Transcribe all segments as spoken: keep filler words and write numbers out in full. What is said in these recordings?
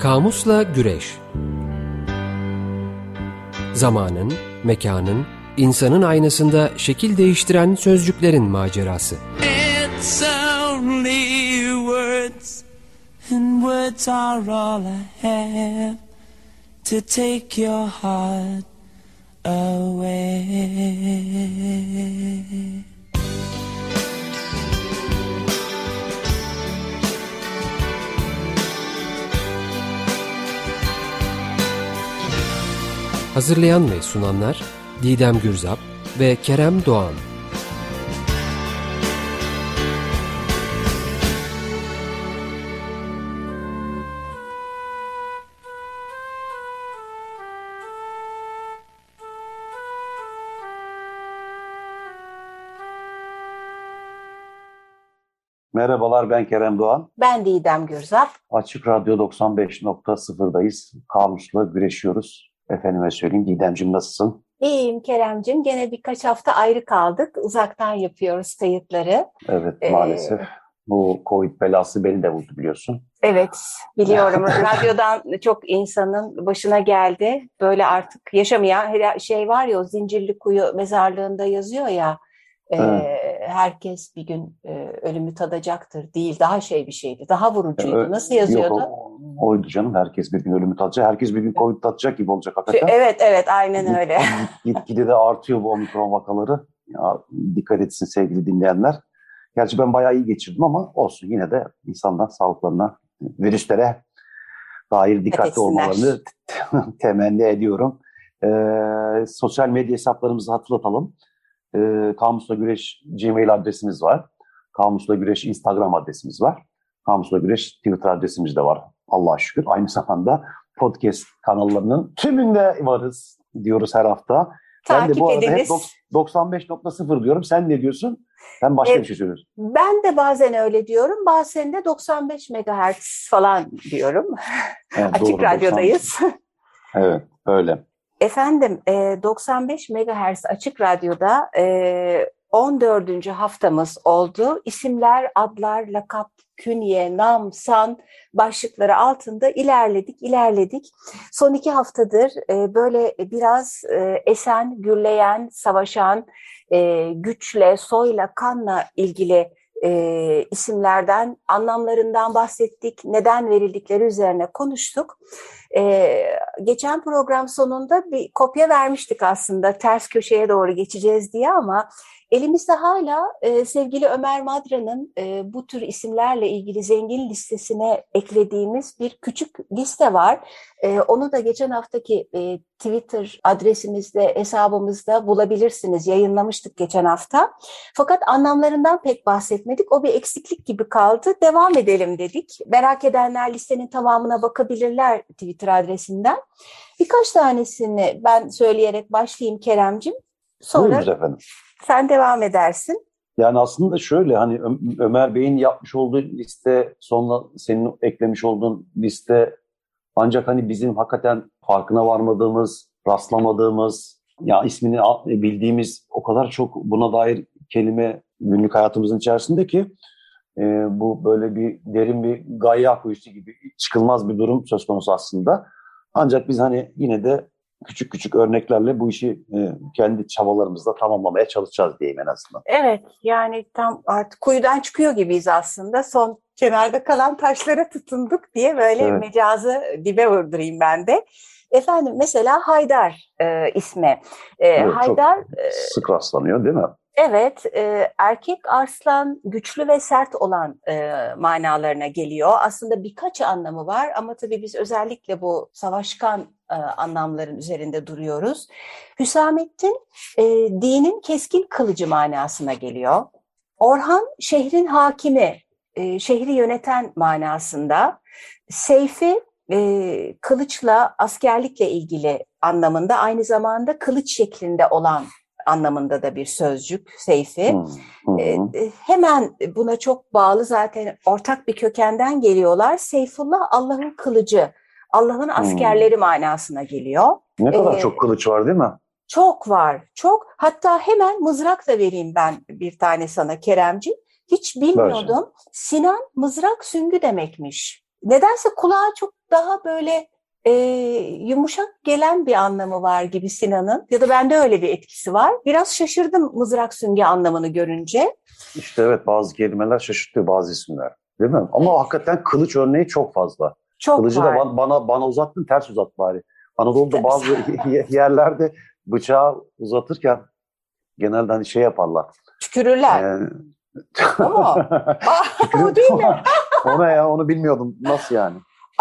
Kamusla Güreş. Zamanın, mekanın, insanın aynasında şekil değiştiren sözcüklerin macerası. It's only words, and words are all I have to take your heart away. Hazırlayan ve sunanlar Didem Gürzap ve Kerem Doğan. Merhabalar, ben Kerem Doğan. Ben Didem Gürzap. Açık Radyo doksan beş nokta sıfırdayız. Kamusla güreşiyoruz. Efendime söyleyeyim, Didemciğim nasılsın? İyiyim Keremcim. Gene birkaç hafta ayrı kaldık. Uzaktan yapıyoruz kayıtları. Evet, Ee, maalesef. Bu Covid belası beni de vurdu biliyorsun. Evet, biliyorum. Radyodan çok insanın başına geldi. Böyle artık yaşamayan şey var ya, o Zincirlikuyu mezarlığında yazıyor ya. E, herkes bir gün e, ölümü tadacaktır. Değil, daha şey bir şeydi. Daha vurucuydu. Evet, nasıl yazıyordu? Yok, o, oydu canım. Herkes bir gün ölümü tadacak. Herkes bir gün Covid tadacak gibi olacak hakikaten. Evet, evet. Aynen öyle. Gitgide de artıyor bu omikron vakaları. Ya, dikkat etsin sevgili dinleyenler. Gerçi ben bayağı iyi geçirdim ama olsun, yine de insanlar sağlıklarına, virüslere dair dikkatli olmalarını temenni ediyorum. Ee, sosyal medya hesaplarımızı hatırlatalım. Ee, Kamusla Güreş Gmail adresimiz var. Kamusla Güreş Instagram adresimiz var. Kamusla Güreş Twitter adresimiz de var. Allah'a şükür. Aynı zamanda podcast kanallarının tümünde varız diyoruz her hafta. Takip ben de bu arada ediniz. hep doksan beş nokta sıfır diyorum. Sen ne diyorsun? Sen başka evet, bir şey söylüyorsun. Ben de bazen öyle diyorum. Bazen de doksan beş megahertz falan diyorum. Evet, Açık doğru, Radyo'dayız. Evet, öyle. Efendim, doksan beş megahertz Açık Radyo'da on dördüncü haftamız oldu. İsimler, adlar, lakap, künye, nam, san başlıkları altında ilerledik, ilerledik. Son iki haftadır böyle biraz esen, gürleyen, savaşan, güçle, soyla, kanla ilgili E, isimlerden, anlamlarından bahsettik, neden verildikleri üzerine konuştuk. E, geçen program sonunda bir kopya vermiştik aslında, ters köşeye doğru geçeceğiz diye, ama elimizde hala e, sevgili Ömer Madra'nın e, bu tür isimlerle ilgili zengin listesine eklediğimiz bir küçük liste var. E, onu da geçen haftaki e, Twitter adresimizde, hesabımızda bulabilirsiniz. Yayınlamıştık geçen hafta. Fakat anlamlarından pek bahsetmedik. O bir eksiklik gibi kaldı. Devam edelim dedik. Merak edenler listenin tamamına bakabilirler Twitter adresinden. Birkaç tanesini ben söyleyerek başlayayım Keremcim. Sonra Buyurunuz efendim. Sen devam edersin. Yani aslında şöyle, hani Ö- Ömer Bey'in yapmış olduğu liste, sonra senin eklemiş olduğun liste, ancak hani bizim hakikaten farkına varmadığımız, rastlamadığımız, ya ismini bildiğimiz o kadar çok buna dair kelime günlük hayatımızın içerisinde ki e, bu böyle bir derin bir gayya kuyusu gibi çıkılmaz bir durum söz konusu aslında. Ancak biz hani yine de küçük küçük örneklerle bu işi e, kendi çabalarımızla tamamlamaya çalışacağız diyeyim en azından. Evet, yani tam artık kuyudan çıkıyor gibiyiz aslında. Son kenarda kalan taşlara tutunduk diye böyle evet. Mecazı dibe vurdurayım ben de. Efendim mesela Haydar e, ismi. E, evet, Haydar çok sık rastlanıyor değil mi? Evet, e, erkek arslan, güçlü ve sert olan e, manalarına geliyor. Aslında birkaç anlamı var ama tabii biz özellikle bu savaşkan e, anlamların üzerinde duruyoruz. Hüsamettin, e, dinin keskin kılıcı manasına geliyor. Orhan, şehrin hakimi, e, şehri yöneten manasında. Seyfi, e, kılıçla, askerlikle ilgili anlamında, aynı zamanda kılıç şeklinde olan anlamında da bir sözcük Seyfi. Hmm, hmm. Ee, hemen buna çok bağlı, zaten ortak bir kökenden geliyorlar. Seyfullah, Allah'ın kılıcı, Allah'ın askerleri hmm. manasına geliyor. Ne kadar ee, çok kılıç var değil mi? Çok var, çok. Hatta hemen mızrak da vereyim ben bir tane sana Keremciğim. Hiç bilmiyordum. Böyle. Sinan, mızrak, süngü demekmiş. Nedense kulağa çok daha böyle e, yumuşak gelen bir anlamı var gibi Sinan'ın. Ya da bende öyle bir etkisi var. Biraz şaşırdım mızrak sünge anlamını görünce. İşte evet, bazı kelimeler şaşırtıyor, bazı isimler. Değil mi? Ama Evet. hakikaten kılıç örneği çok fazla. Çok Kılıcı var. da bana, bana, bana uzattın, ters uzat bari. Anadolu'da bazı Ters. yerlerde bıçağı uzatırken genelde hani şey yaparlar. Tükürürler. Ee, O mu? Aa, o değil mi? O ne ya? Onu bilmiyordum. Nasıl yani?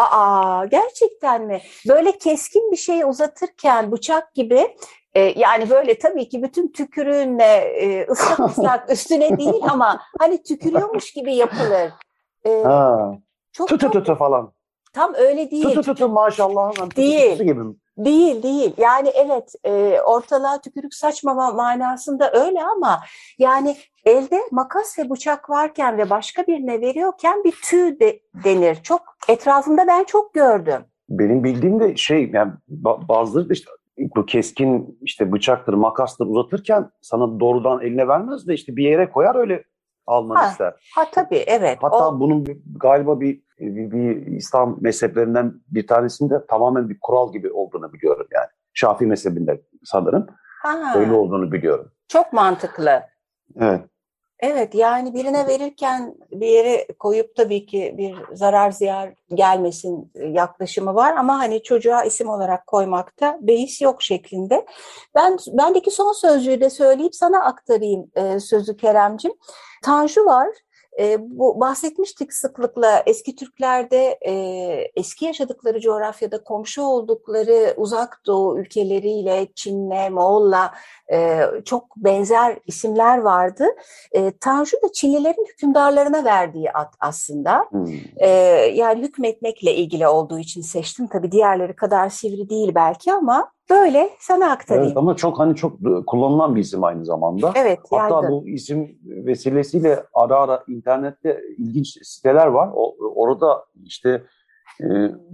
Aa, gerçekten mi? Böyle keskin bir şeyi uzatırken bıçak gibi e, yani böyle tabii ki bütün tükürüğünle e, ıslak ıslak üstüne değil ama hani tükürüyormuş gibi yapılır. E, Ha. çok Tü tü çok tü tü falan. tam öyle Tü değil. tü tü tü maşallah. Tü tü tü Değil. tüsü gibi mi? Değil değil yani evet e, ortalığa tükürük saçmama manasında öyle ama yani elde makas ve bıçak varken ve başka birine veriyorken bir tüy de, denir. Çok etrafımda ben çok gördüm. Benim bildiğim de şey, yani ba- bazıları da işte bu keskin işte bıçaktır, makastır uzatırken sana doğrudan eline vermez de işte bir yere koyar, öyle almanı Ha, ister. ha tabii evet. Hatta O, bunun bir- galiba bir, bir, bir İslam mezheplerinden bir tanesinde tamamen bir kural gibi olduğunu biliyorum yani. Şafii mezhebinde sanırım öyle ha, olduğunu biliyorum. çok mantıklı. Evet. Evet yani birine verirken bir yere koyup tabii ki bir zarar ziyar gelmesin yaklaşımı var ama hani çocuğa isim olarak koymakta beis yok şeklinde. Ben bendeki son sözcüğü de söyleyip sana aktarayım e, sözü Keremcim. Tanju var. E, bu bahsetmiştik sıklıkla eski Türklerde e, eski yaşadıkları coğrafyada komşu oldukları uzak doğu ülkeleriyle Çin'le, Moğol'la e, çok benzer isimler vardı. E, Tanju da Çinlilerin hükümdarlarına verdiği ad aslında. Hmm. E, yani hükmetmekle ilgili olduğu için seçtim. Tabii diğerleri kadar sivri değil belki ama böyle sana aktarayım. Evet, ama çok hani çok kullanılan bir isim aynı zamanda. Evet, Hatta yaygın. bu isim vesilesiyle ara ara internette ilginç siteler var. O, orada işte e,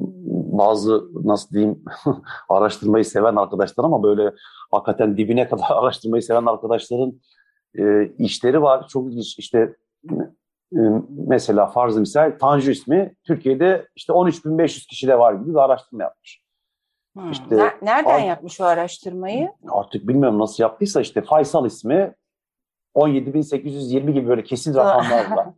bazı nasıl diyeyim araştırmayı seven arkadaşlar, ama böyle hakikaten dibine kadar araştırmayı seven arkadaşların e, işleri var. Çok ilginç. İşte e, mesela farz misal Tanju ismi Türkiye'de işte on üç bin beş yüz kişide var gibi bir araştırma yapmış. Hmm. İşte Nereden alt, yapmış o araştırmayı? Artık bilmiyorum nasıl yaptıysa, işte Faysal ismi on yedi bin sekiz yüz yirmi gibi böyle kesin rakamlarla.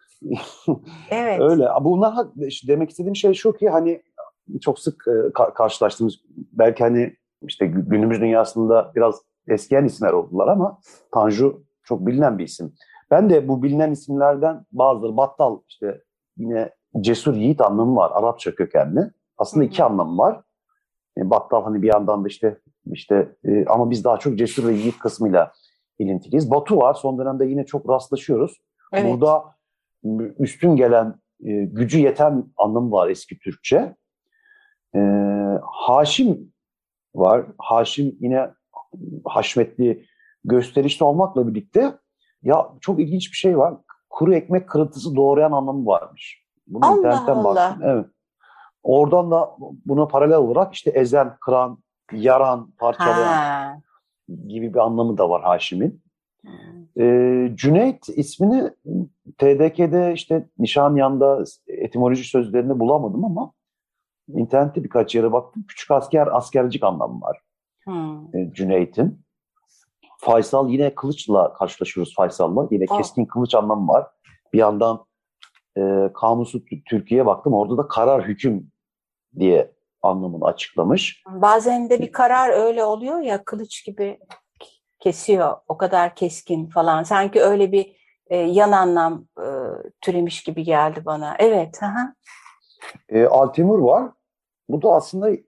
Evet. Öyle. Bunlar demek istediğim şey şu ki hani çok sık karşılaştığımız, belki hani işte günümüz dünyasında biraz eskiyen isimler oldular ama Tanju çok bilinen bir isim. Ben de bu bilinen isimlerden bazıları, Battal işte yine cesur yiğit anlamı var, Arapça kökenli. Aslında iki anlamı var. Battal hani bir yandan da işte işte e, ama biz daha çok cesur ve yiğit kısmıyla ilintiliyiz. Batu var. Son dönemde yine çok rastlaşıyoruz. Evet. Burada üstün gelen, e, gücü yeten anlamı var eski Türkçe. E, Haşim var. Haşim yine haşmetli, gösterişli olmakla birlikte ya çok ilginç bir şey var. Kuru ekmek kırıntısı doğrayan anlamı varmış. Bunu Allah internetten Allah. baktım. Evet. Oradan da buna paralel olarak işte ezen, kıran, yaran, parçalayan Ha. gibi bir anlamı da var Haşim'in. Ee, Cüneyt ismini T D K'de işte Nişanyan'da etimoloji sözlerini bulamadım ama internette birkaç yere baktım. Küçük asker, askercik anlamı var Hmm. ee, Cüneyt'in. Faysal, yine kılıçla karşılaşıyoruz Faysal'la. Yine Oh. keskin kılıç anlamı var. Bir yandan e, Kamusu Türkiye'ye baktım. Orada da karar, hüküm diye anlamını açıklamış. Bazen de bir karar öyle oluyor ya, kılıç gibi kesiyor. O kadar keskin falan. Sanki öyle bir e, yan anlam e, türemiş gibi geldi bana. Evet. Aha. E, Altemur var. Bu da aslında e,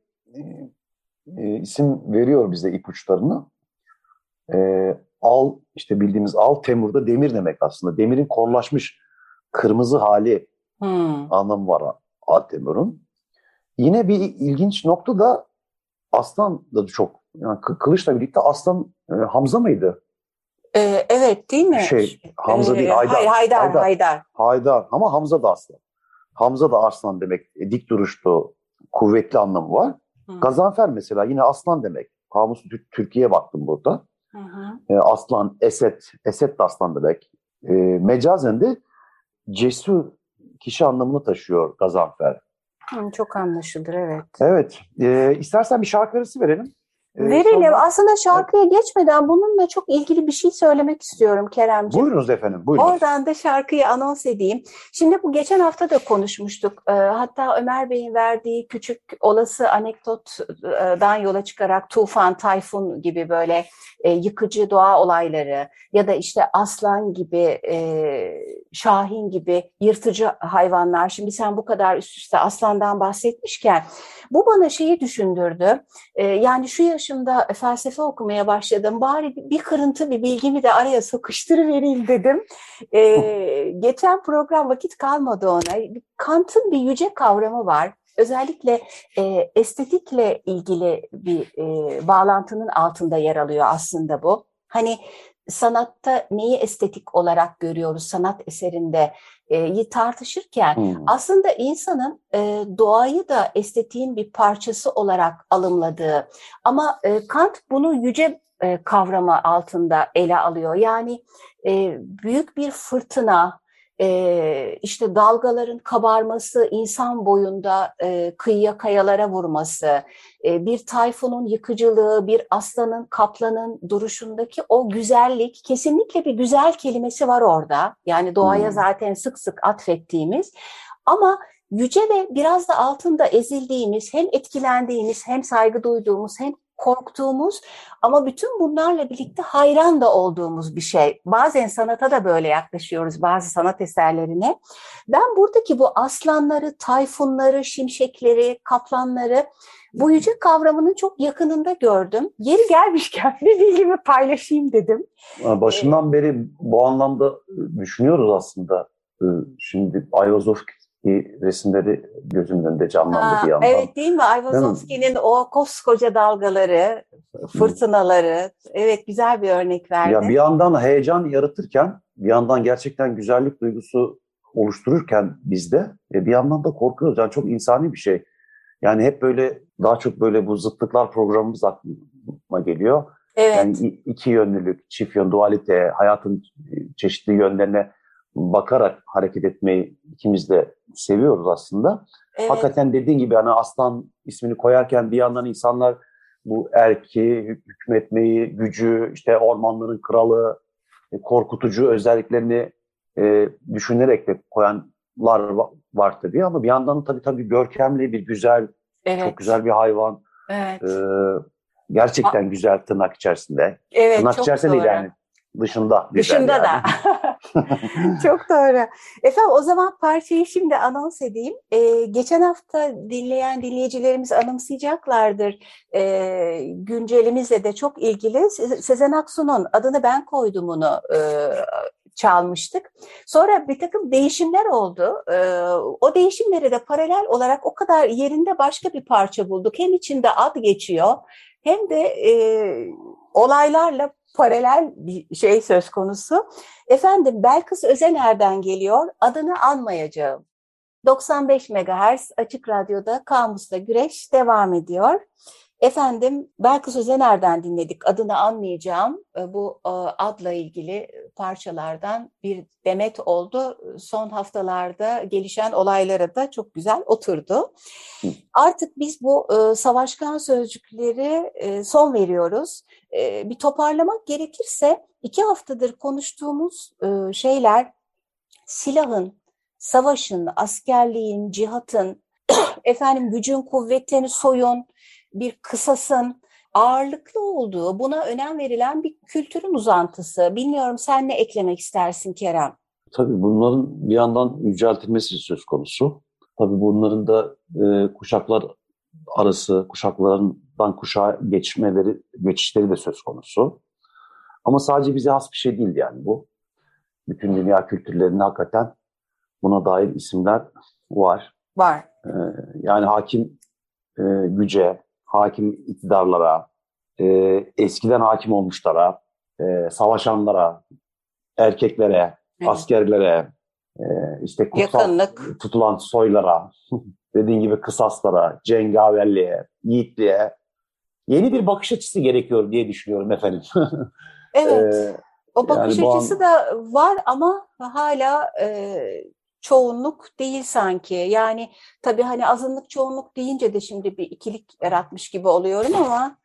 e, isim veriyor bize ipuçlarını. E, al, işte bildiğimiz al, Temur da demir demek aslında. Demirin korlaşmış kırmızı hali Hmm. anlamı var Altemur'un. Yine bir ilginç nokta da aslan da çok, yani kılıçla birlikte aslan e, Hamza mıydı? Ee, evet değil mi? Şey, Hamza ee, değil, Haydar. Haydar, Haydar. Haydar. Haydar. Ama Hamza da aslan. Hamza da aslan demek. E, dik duruşlu, kuvvetli anlamı var. Hı. Gazanfer mesela yine aslan demek. Kamus Türkiye'ye baktım burada. Hı hı. E, aslan, Esed. Esed de aslan demek. E, mecazen de cesur kişi anlamını taşıyor Gazanfer. Hı, çok anlaşılır, evet. Evet. E, istersen bir şarkı arası verelim. E, Verelim. sonra... Aslında şarkıya evet. geçmeden bununla çok ilgili bir şey söylemek istiyorum Keremciğim. Buyurunuz efendim, buyurunuz. Oradan da şarkıyı anons edeyim. Şimdi bu geçen hafta da konuşmuştuk. E, hatta Ömer Bey'in verdiği küçük olası anekdotdan yola çıkarak tufan, tayfun gibi böyle e, yıkıcı doğa olayları ya da işte aslan gibi, e, şahin gibi yırtıcı hayvanlar. Şimdi sen bu kadar üst üste aslandan bahsetmişken bu bana şeyi düşündürdü. E, yani şu yaşımda felsefe okumaya başladım. Bari bir kırıntı bir bilgimi de araya sıkıştırıvereyim dedim. Ee, geçen program vakit kalmadı ona. Kant'ın bir yüce kavramı var. Özellikle e, estetikle ilgili bir e, bağlantının altında yer alıyor aslında bu. Hani sanatta neyi estetik olarak görüyoruz sanat eserinde e, tartışırken hmm. aslında insanın e, doğayı da estetiğin bir parçası olarak alımladığı ama e, Kant bunu yüce e, kavramı altında ele alıyor. Yani e, büyük bir fırtına, e, işte dalgaların kabarması, insan boyunda e, kıyıya kayalara vurması, e, bir tayfunun yıkıcılığı, bir aslanın, kaplanın duruşundaki o güzellik, kesinlikle bir güzel kelimesi var orada. Yani doğaya hmm. zaten sık sık atfettiğimiz ama yüce ve biraz da altında ezildiğimiz, hem etkilendiğimiz, hem saygı duyduğumuz, hem korktuğumuz ama bütün bunlarla birlikte hayran da olduğumuz bir şey. Bazen sanata da böyle yaklaşıyoruz, bazı sanat eserlerine. Ben buradaki bu aslanları, tayfunları, şimşekleri, kaplanları bu yüce kavramının çok yakınında gördüm. Yeri gelmişken bir bilgimi paylaşayım dedim. Başından beri bu anlamda düşünüyoruz aslında. Şimdi Ayvazovski resimleri gözümün önünde canlandı ha, bir yandan. Evet değil mi? Ayvazovski'nin o koskoca dalgaları, fırtınaları. Evet, güzel bir örnek verdin. Ya bir yandan heyecan yaratırken, bir yandan gerçekten güzellik duygusu oluştururken bizde bir yandan da korkuyoruz. Yani çok insani bir şey. Yani hep böyle daha çok böyle bu zıtlıklar programımız aklıma geliyor. Evet. Yani iki yönlülük, çift yön, dualite, hayatın çeşitli yönlerine bakarak hareket etmeyi ikimiz de seviyoruz aslında. Evet. Hakikaten dediğin gibi hani aslan ismini koyarken bir yandan insanlar bu erki, hükmetmeyi, gücü, işte ormanların kralı, korkutucu özelliklerini e, düşünerek de koyanlar var tabii ama bir yandan tabii tabii görkemli bir güzel, evet. çok güzel bir hayvan. Evet. E, gerçekten A- güzel tırnak içerisinde. Evet, tırnak çok içerisinde doğru. değil yani. Dışında. Dışında yani. da. Çok doğru. Efendim o zaman parçayı şimdi anons edeyim. Ee, geçen hafta dinleyen dinleyicilerimiz anımsayacaklardır. Ee, güncelimizle de çok ilgili. Sezen Aksu'nun Adını Ben Koydum'unu e, çalmıştık. Sonra bir takım değişimler oldu. Ee, o değişimlere de paralel olarak o kadar yerinde başka bir parça bulduk. Hem içinde ad geçiyor hem de e, olaylarla paralel bir şey söz konusu. Efendim Belkıs Özener'den geliyor. Adını anmayacağım. doksan beş megahertz Açık Radyo'da Kamus'ta Güreş devam ediyor. Efendim Belkıs Özener'den dinledik. Adını anmayacağım. Bu adla ilgili parçalardan bir demet oldu. Son haftalarda gelişen olaylara da çok güzel oturdu. Artık biz bu savaşkan sözcükleri son veriyoruz. Bir toparlamak gerekirse iki haftadır konuştuğumuz şeyler silahın, savaşın, askerliğin, cihatın, efendim gücün, kuvvetin, soyun, bir kısasın ağırlıklı olduğu, buna önem verilen bir kültürün uzantısı. Bilmiyorum sen ne eklemek istersin Kerem? Tabii bunların bir yandan yüceltilmesi söz konusu. Tabii bunların da e, kuşaklar arası, kuşaklardan kuşağa geçmeleri, geçişleri de söz konusu. Ama sadece bize has bir şey değil yani bu. Bütün dünya kültürlerinde hakikaten buna dair isimler var. Var. Ee, yani hakim e, güce, hakim iktidarlara, e, eskiden hakim olmuşlara, e, savaşanlara, erkeklere, evet. askerlere, e, işte kutsal yakınlık tutulan soylara, dediğin gibi kısaslara, cengaverliğe, yiğitliğe yeni bir bakış açısı gerekiyor diye düşünüyorum efendim. Evet. ee, o bakış yani açısı an... da var ama hala e, çoğunluk değil sanki. Yani tabii hani azınlık çoğunluk deyince de şimdi bir ikilik yaratmış gibi oluyorum ama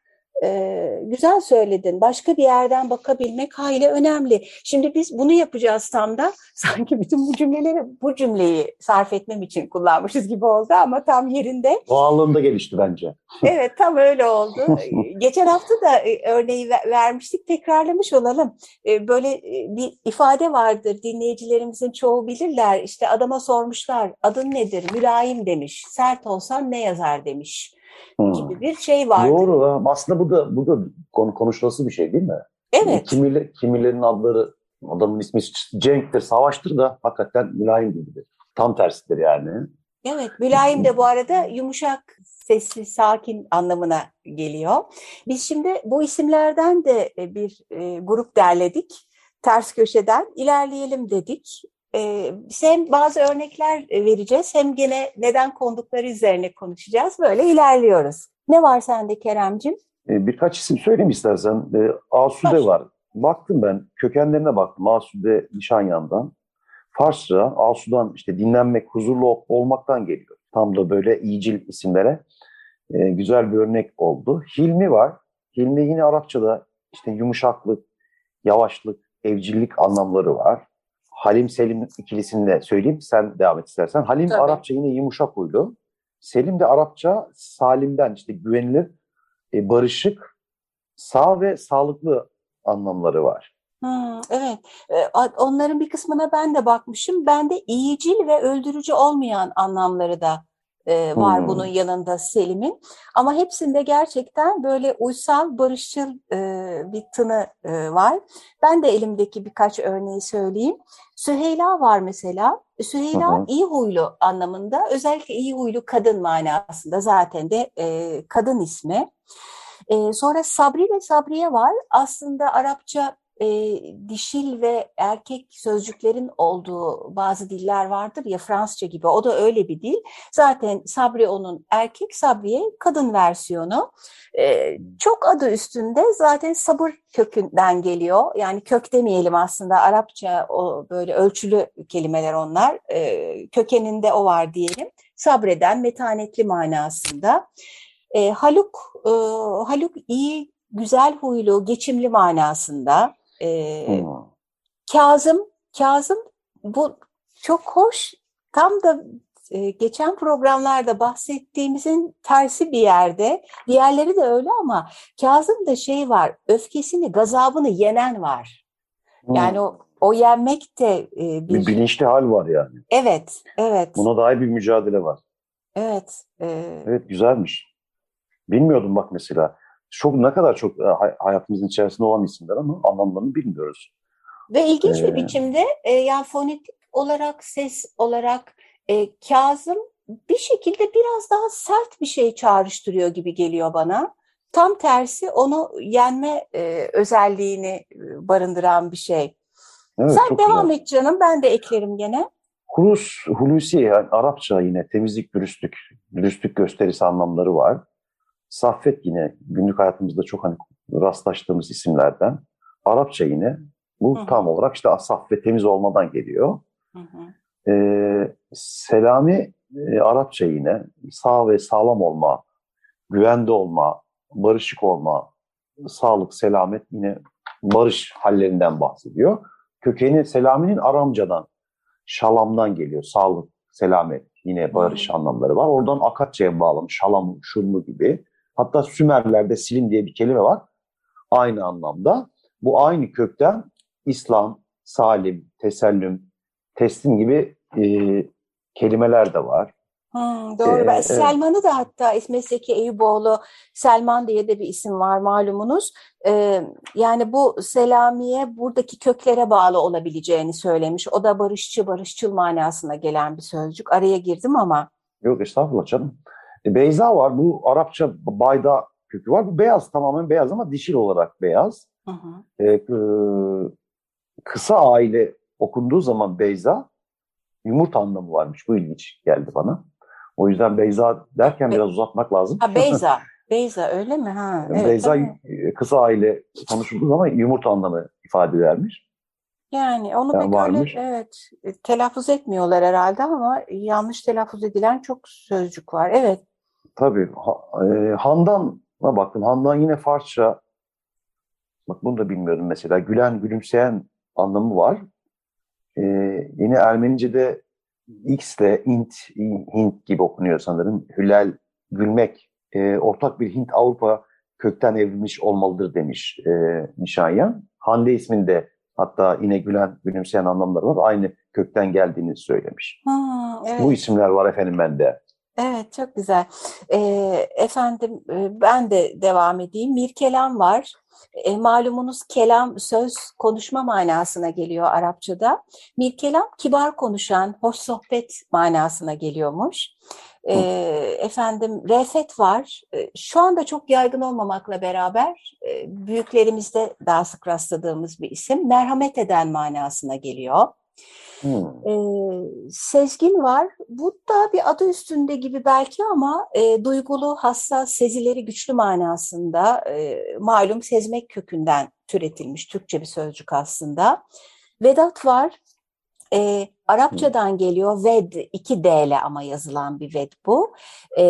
e, güzel söyledin. Başka bir yerden bakabilmek hayli önemli. Şimdi biz bunu yapacağız tam da sanki bütün bu cümleleri bu cümleyi sarf etmem için kullanmışız gibi oldu ama tam yerinde. Doğallığında gelişti bence. Evet, tam öyle oldu. Geçen hafta da e, örneği ver- vermiştik, tekrarlamış olalım. E, Böyle e, bir ifade vardır, dinleyicilerimizin çoğu bilirler. İşte adama sormuşlar, adın nedir? Mülayim demiş. Sert olsan ne yazar demiş Hmm. gibi bir şey vardır. Doğru. Aslında bu da bu da konu konuşulası bir şey değil mi? Evet. Kimileri, kimilerin adları, adamın ismi Cenk'tir, Savaş'tır da hakikaten mülayim gibidir. Tam tersidir yani. Evet, mülayim de bu arada yumuşak, sesli, sakin anlamına geliyor. Biz şimdi bu isimlerden de bir e, grup derledik. Ters köşeden ilerleyelim dedik. E, hem bazı örnekler vereceğiz hem gene neden kondukları üzerine konuşacağız. Böyle ilerliyoruz. Ne var sende Keremcim? E, birkaç isim söyleyeyim istersen. E, Asude var. Baktım ben, kökenlerine baktım. Asude Nişanyan'dan. Farsça, Asudan işte dinlenmek, huzurlu olmaktan geliyor. Tam da böyle iyicil isimlere e, güzel bir örnek oldu. Hilmi var. Hilmi yine Arapçada işte yumuşaklık, yavaşlık, evcillik anlamları var. Halim Selim ikilisini de söyleyeyim, sen devam et istersen. Halim Tabii. Arapça yine yumuşak huylu. Selim de Arapça salimden işte güvenilir, e, barışık, sağ ve sağlıklı anlamları var. Hmm, evet, Ee, onların bir kısmına ben de bakmışım. Bende iyicil ve öldürücü olmayan anlamları da e, var Hmm. bunun yanında Selim'in. Ama hepsinde gerçekten böyle uysal, barışçıl e, bir tını e, var. Ben de elimdeki birkaç örneği söyleyeyim. Süheyla var mesela. Süheyla Hı hı. iyi huylu anlamında, özellikle iyi huylu kadın manasında, zaten de e, kadın ismi. E, sonra Sabri ve Sabriye var. Aslında Arapça e, dişil ve erkek sözcüklerin olduğu bazı diller vardır ya, Fransızca gibi. O da öyle bir dil. Zaten Sabri onun erkek, Sabriye kadın versiyonu. E, çok adı üstünde, zaten sabır kökünden geliyor. Yani kök demeyelim aslında, Arapça o böyle ölçülü kelimeler onlar. E, kökeninde o var diyelim. Sabreden, metanetli manasında. E, Haluk, e, Haluk iyi, güzel huylu, geçimli manasında. E, Hmm. Kazım, Kazım bu çok hoş. Tam da e, geçen programlarda bahsettiğimizin tersi bir yerde. Diğerleri de öyle ama Kazım'da şey var, öfkesini, gazabını yenen var. Hmm. Yani o, o yenmek de e, Bir bir... bilinçli hal var yani. Evet, evet, Buna dair bir mücadele var. evet. E, Evet, güzelmiş. Bilmiyordum bak mesela. Çok ne kadar çok e, hay- hayatımızın içerisinde olan isimler ama anlamlarını bilmiyoruz. Ve ilginç bir Ee, biçimde e, yani fonetik olarak, ses olarak e, Kazım bir şekilde biraz daha sert bir şey çağrıştırıyor gibi geliyor bana. Tam tersi, onu yenme e, özelliğini e, barındıran bir şey. evet, Sen çok devam güzel. et canım, ben de eklerim gene. Hulus, Hulusi yani Arapça yine temizlik, dürüstlük, dürüstlük gösterisi anlamları var. Saffet yine günlük hayatımızda çok hani rastlaştığımız isimlerden. Arapça yine bu Hı hı. tam olarak işte saf ve temiz olmadan geliyor. Hı hı. Ee, Selami e, Arapça yine sağ ve sağlam olma, güvende olma, barışık olma, sağlık, selamet, yine barış hallerinden bahsediyor. Kökeni Selami'nin Aramcadan, şalamdan geliyor. Sağlık, selamet, yine barış Hmm. anlamları var. Oradan Akatça'ya bağlamış, şalam, şurlu gibi. Hatta Sümerler'de silim diye bir kelime var. Aynı anlamda. Bu aynı kökten İslam, salim, tesellüm, teslim gibi e, kelimeler de var. Hmm, doğru. Ben Ee, Selman'ı da, hatta mesleki Eyüboğlu Selman diye de bir isim var malumunuz. Ee, yani bu Selamiye buradaki köklere bağlı olabileceğini söylemiş. O da barışçı, barışçıl manasına gelen bir sözcük. Araya girdim ama. Yok estağfurullah canım. E, Beyza var. Bu Arapça bayda kökü var. Bu beyaz, tamamen beyaz ama dişil olarak beyaz. Hı hı. E, e, kısa aile okunduğu zaman Beyza, yumurta anlamı varmış. Bu ilginç geldi bana. O yüzden Beyza derken Be- biraz uzatmak lazım. Ha, Beyza. Beyza öyle mi? Ha, evet, Beyza tamam. e, kısa aile konuşulduğu zaman yumurta anlamı ifade edermiş. Yani onu Yani pek varmış. öyle evet telaffuz etmiyorlar herhalde ama yanlış telaffuz edilen çok sözcük var. Evet. Tabii. Ha, e, Handan'a baktım. Handan yine Farsça. Bak bunu da bilmiyordum mesela. Gülen, gülümseyen anlamı var. E, yine Ermenice'de X ile int, Hint gibi okunuyor sanırım. Hülal, gülmek. E, ortak bir Hint-Avrupa kökten evrilmiş olmalıdır demiş e, Nişanyan. Hande isminde hatta yine gülen, gülümseyen anlamları var. Aynı kökten geldiğini söylemiş. Hmm, evet. Bu isimler var efendim bende. Evet, çok güzel. Ee, efendim e, ben de devam edeyim. Mirkelam var. E, malumunuz kelam söz, konuşma manasına geliyor Arapçada. Mirkelam kibar konuşan, hoş sohbet manasına geliyormuş. E, efendim refet var. E, şu anda çok yaygın olmamakla beraber e, büyüklerimizde daha sık rastladığımız bir isim. Merhamet eden manasına geliyor. Hmm. E, sezgin var. Bu da bir adı üstünde gibi belki ama e, duygulu, hassas, sezileri güçlü manasında e, malum sezmek kökünden türetilmiş Türkçe bir sözcük aslında. Vedat var. E, Arapçadan geliyor. Ved, iki D ile ama yazılan bir ved bu. E,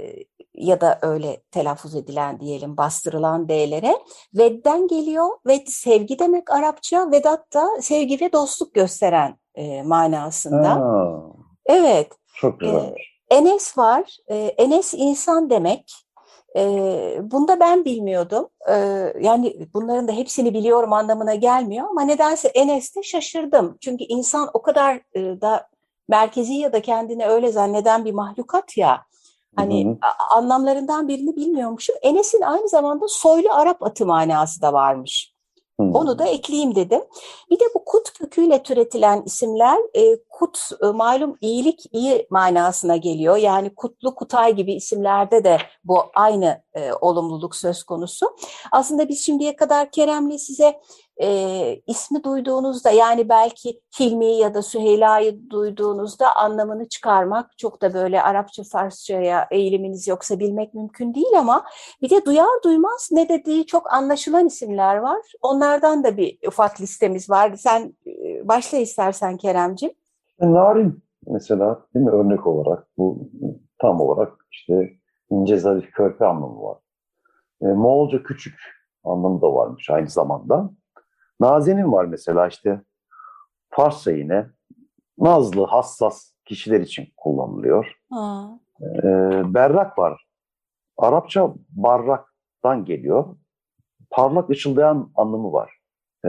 ya da öyle telaffuz edilen diyelim bastırılan D'lere. Ved'den geliyor. Ved sevgi demek Arapça. Vedat da sevgi ve dostluk gösteren e, manasında. Ha, Evet. çok güzel. E, Enes var. E, Enes insan demek. E, bunu da ben bilmiyordum. E, yani bunların da hepsini biliyorum anlamına gelmiyor ama nedense Enes'te şaşırdım. Çünkü insan o kadar e, da merkezi ya da kendini öyle zanneden bir mahlukat ya. Hani Hı hı. a- anlamlarından birini bilmiyormuşum. Enes'in aynı zamanda soylu Arap atı manası da varmış. Hı. Onu da ekleyeyim dedim. Bir de bu kut köküyle türetilen isimler e, kut e, malum iyilik iyi manasına geliyor. Yani Kutlu Kutay gibi isimlerde de bu aynı e, olumluluk söz konusu. Aslında biz şimdiye kadar Kerem'le size e, ismi duyduğunuzda yani belki Hilmi ya da Süheyla'yı duyduğunuzda anlamını çıkarmak çok da böyle Arapça Farsçaya eğiliminiz yoksa bilmek mümkün değil ama bir de duyar duymaz ne dediği çok anlaşılan isimler var. Onlardan da bir ufak listemiz var. Sen e, başla istersen Keremciğim. Narin mesela değil mi örnek olarak bu tam olarak işte ince zarif körpe anlamı var. E, Moğolca küçük anlamı da varmış aynı zamanda. Nazenin var mesela işte Farsça yine nazlı, hassas kişiler için kullanılıyor. Ha. E, berrak var. Arapça barraktan geliyor. Parlak, ışıldayan anlamı var. E,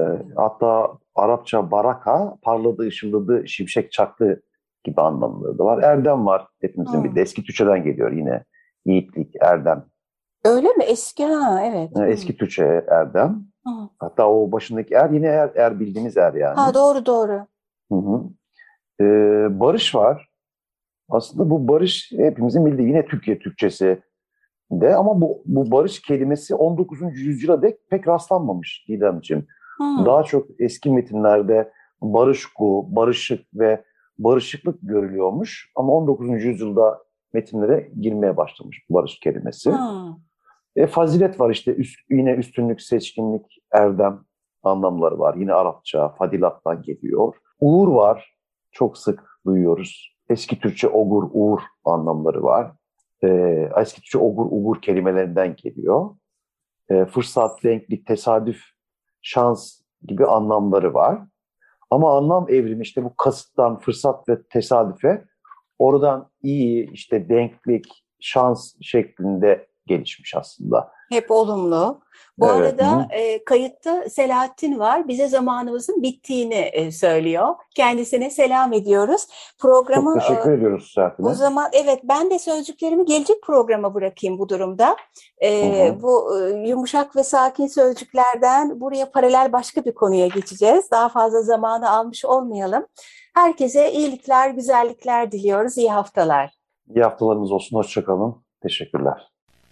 hatta Arapça baraka, parladı, ışıldadı, şimşek çaktı gibi anlamları da var. Erdem var. Hepimizin Hmm. bildiği. Eski Türkçeden geliyor yine. Yiğitlik, erdem. Öyle mi? Eski ha evet. E, eski Türkçe erdem. Hmm. Hatta o başındaki er yine er, er bildiğimiz er yani. Ha doğru doğru. Hı hı. Ee, barış var. Aslında bu barış hepimizin bildiği yine Türkiye Türkçesi de ama bu, bu barış kelimesi on dokuzuncu yüzyıla dek pek rastlanmamış Didemciğim. Hmm. Daha çok eski metinlerde barışku, barışık ve barışıklık görülüyormuş ama on dokuzuncu yüzyılda metinlere girmeye başlamış barış kelimesi. Hmm. E, fazilet var işte üst, yine üstünlük, seçkinlik, erdem anlamları var. Yine Arapça, fadilattan geliyor. Uğur var. Çok sık duyuyoruz. Eski Türkçe ogur, uğur anlamları var. E, eski Türkçe ogur, uğur kelimelerinden geliyor. E, fırsat, renklik, tesadüf, şans gibi anlamları var. Ama anlam evrimi işte bu kasıttan, fırsat ve tesadüfe oradan iyi, işte denklik, şans şeklinde gelişmiş aslında. Hep olumlu. Bu Evet, arada e, kayıtta Selahattin var. Bize zamanımızın bittiğini e, söylüyor. Kendisine selam ediyoruz. Programı Çok teşekkür e, ediyoruz Serpil'e. o zaman evet ben de sözcüklerimi gelecek programa bırakayım bu durumda. E, Hı hı. bu e, yumuşak ve sakin sözcüklerden buraya paralel başka bir konuya geçeceğiz. Daha fazla zamanı almış olmayalım. Herkese iyilikler, güzellikler diliyoruz. İyi haftalar. İyi haftalarınız olsun. Hoşça kalın. Teşekkürler.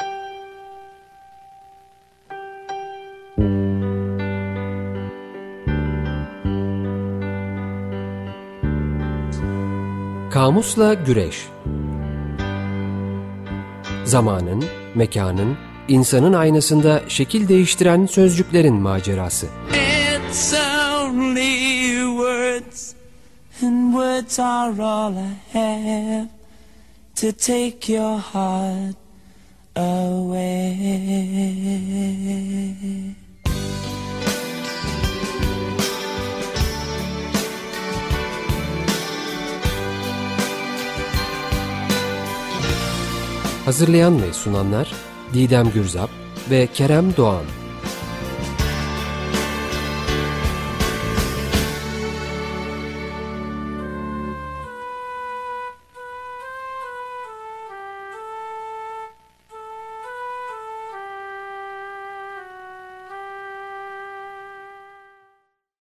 Kamusla Güreş. Zamanın, mekanın, insanın aynasında şekil değiştiren sözcüklerin macerası. It's a only words, and words are all I have to take your heart away. Hazırlayan ve sunanlar Didem Gürzap ve Kerem Doğan.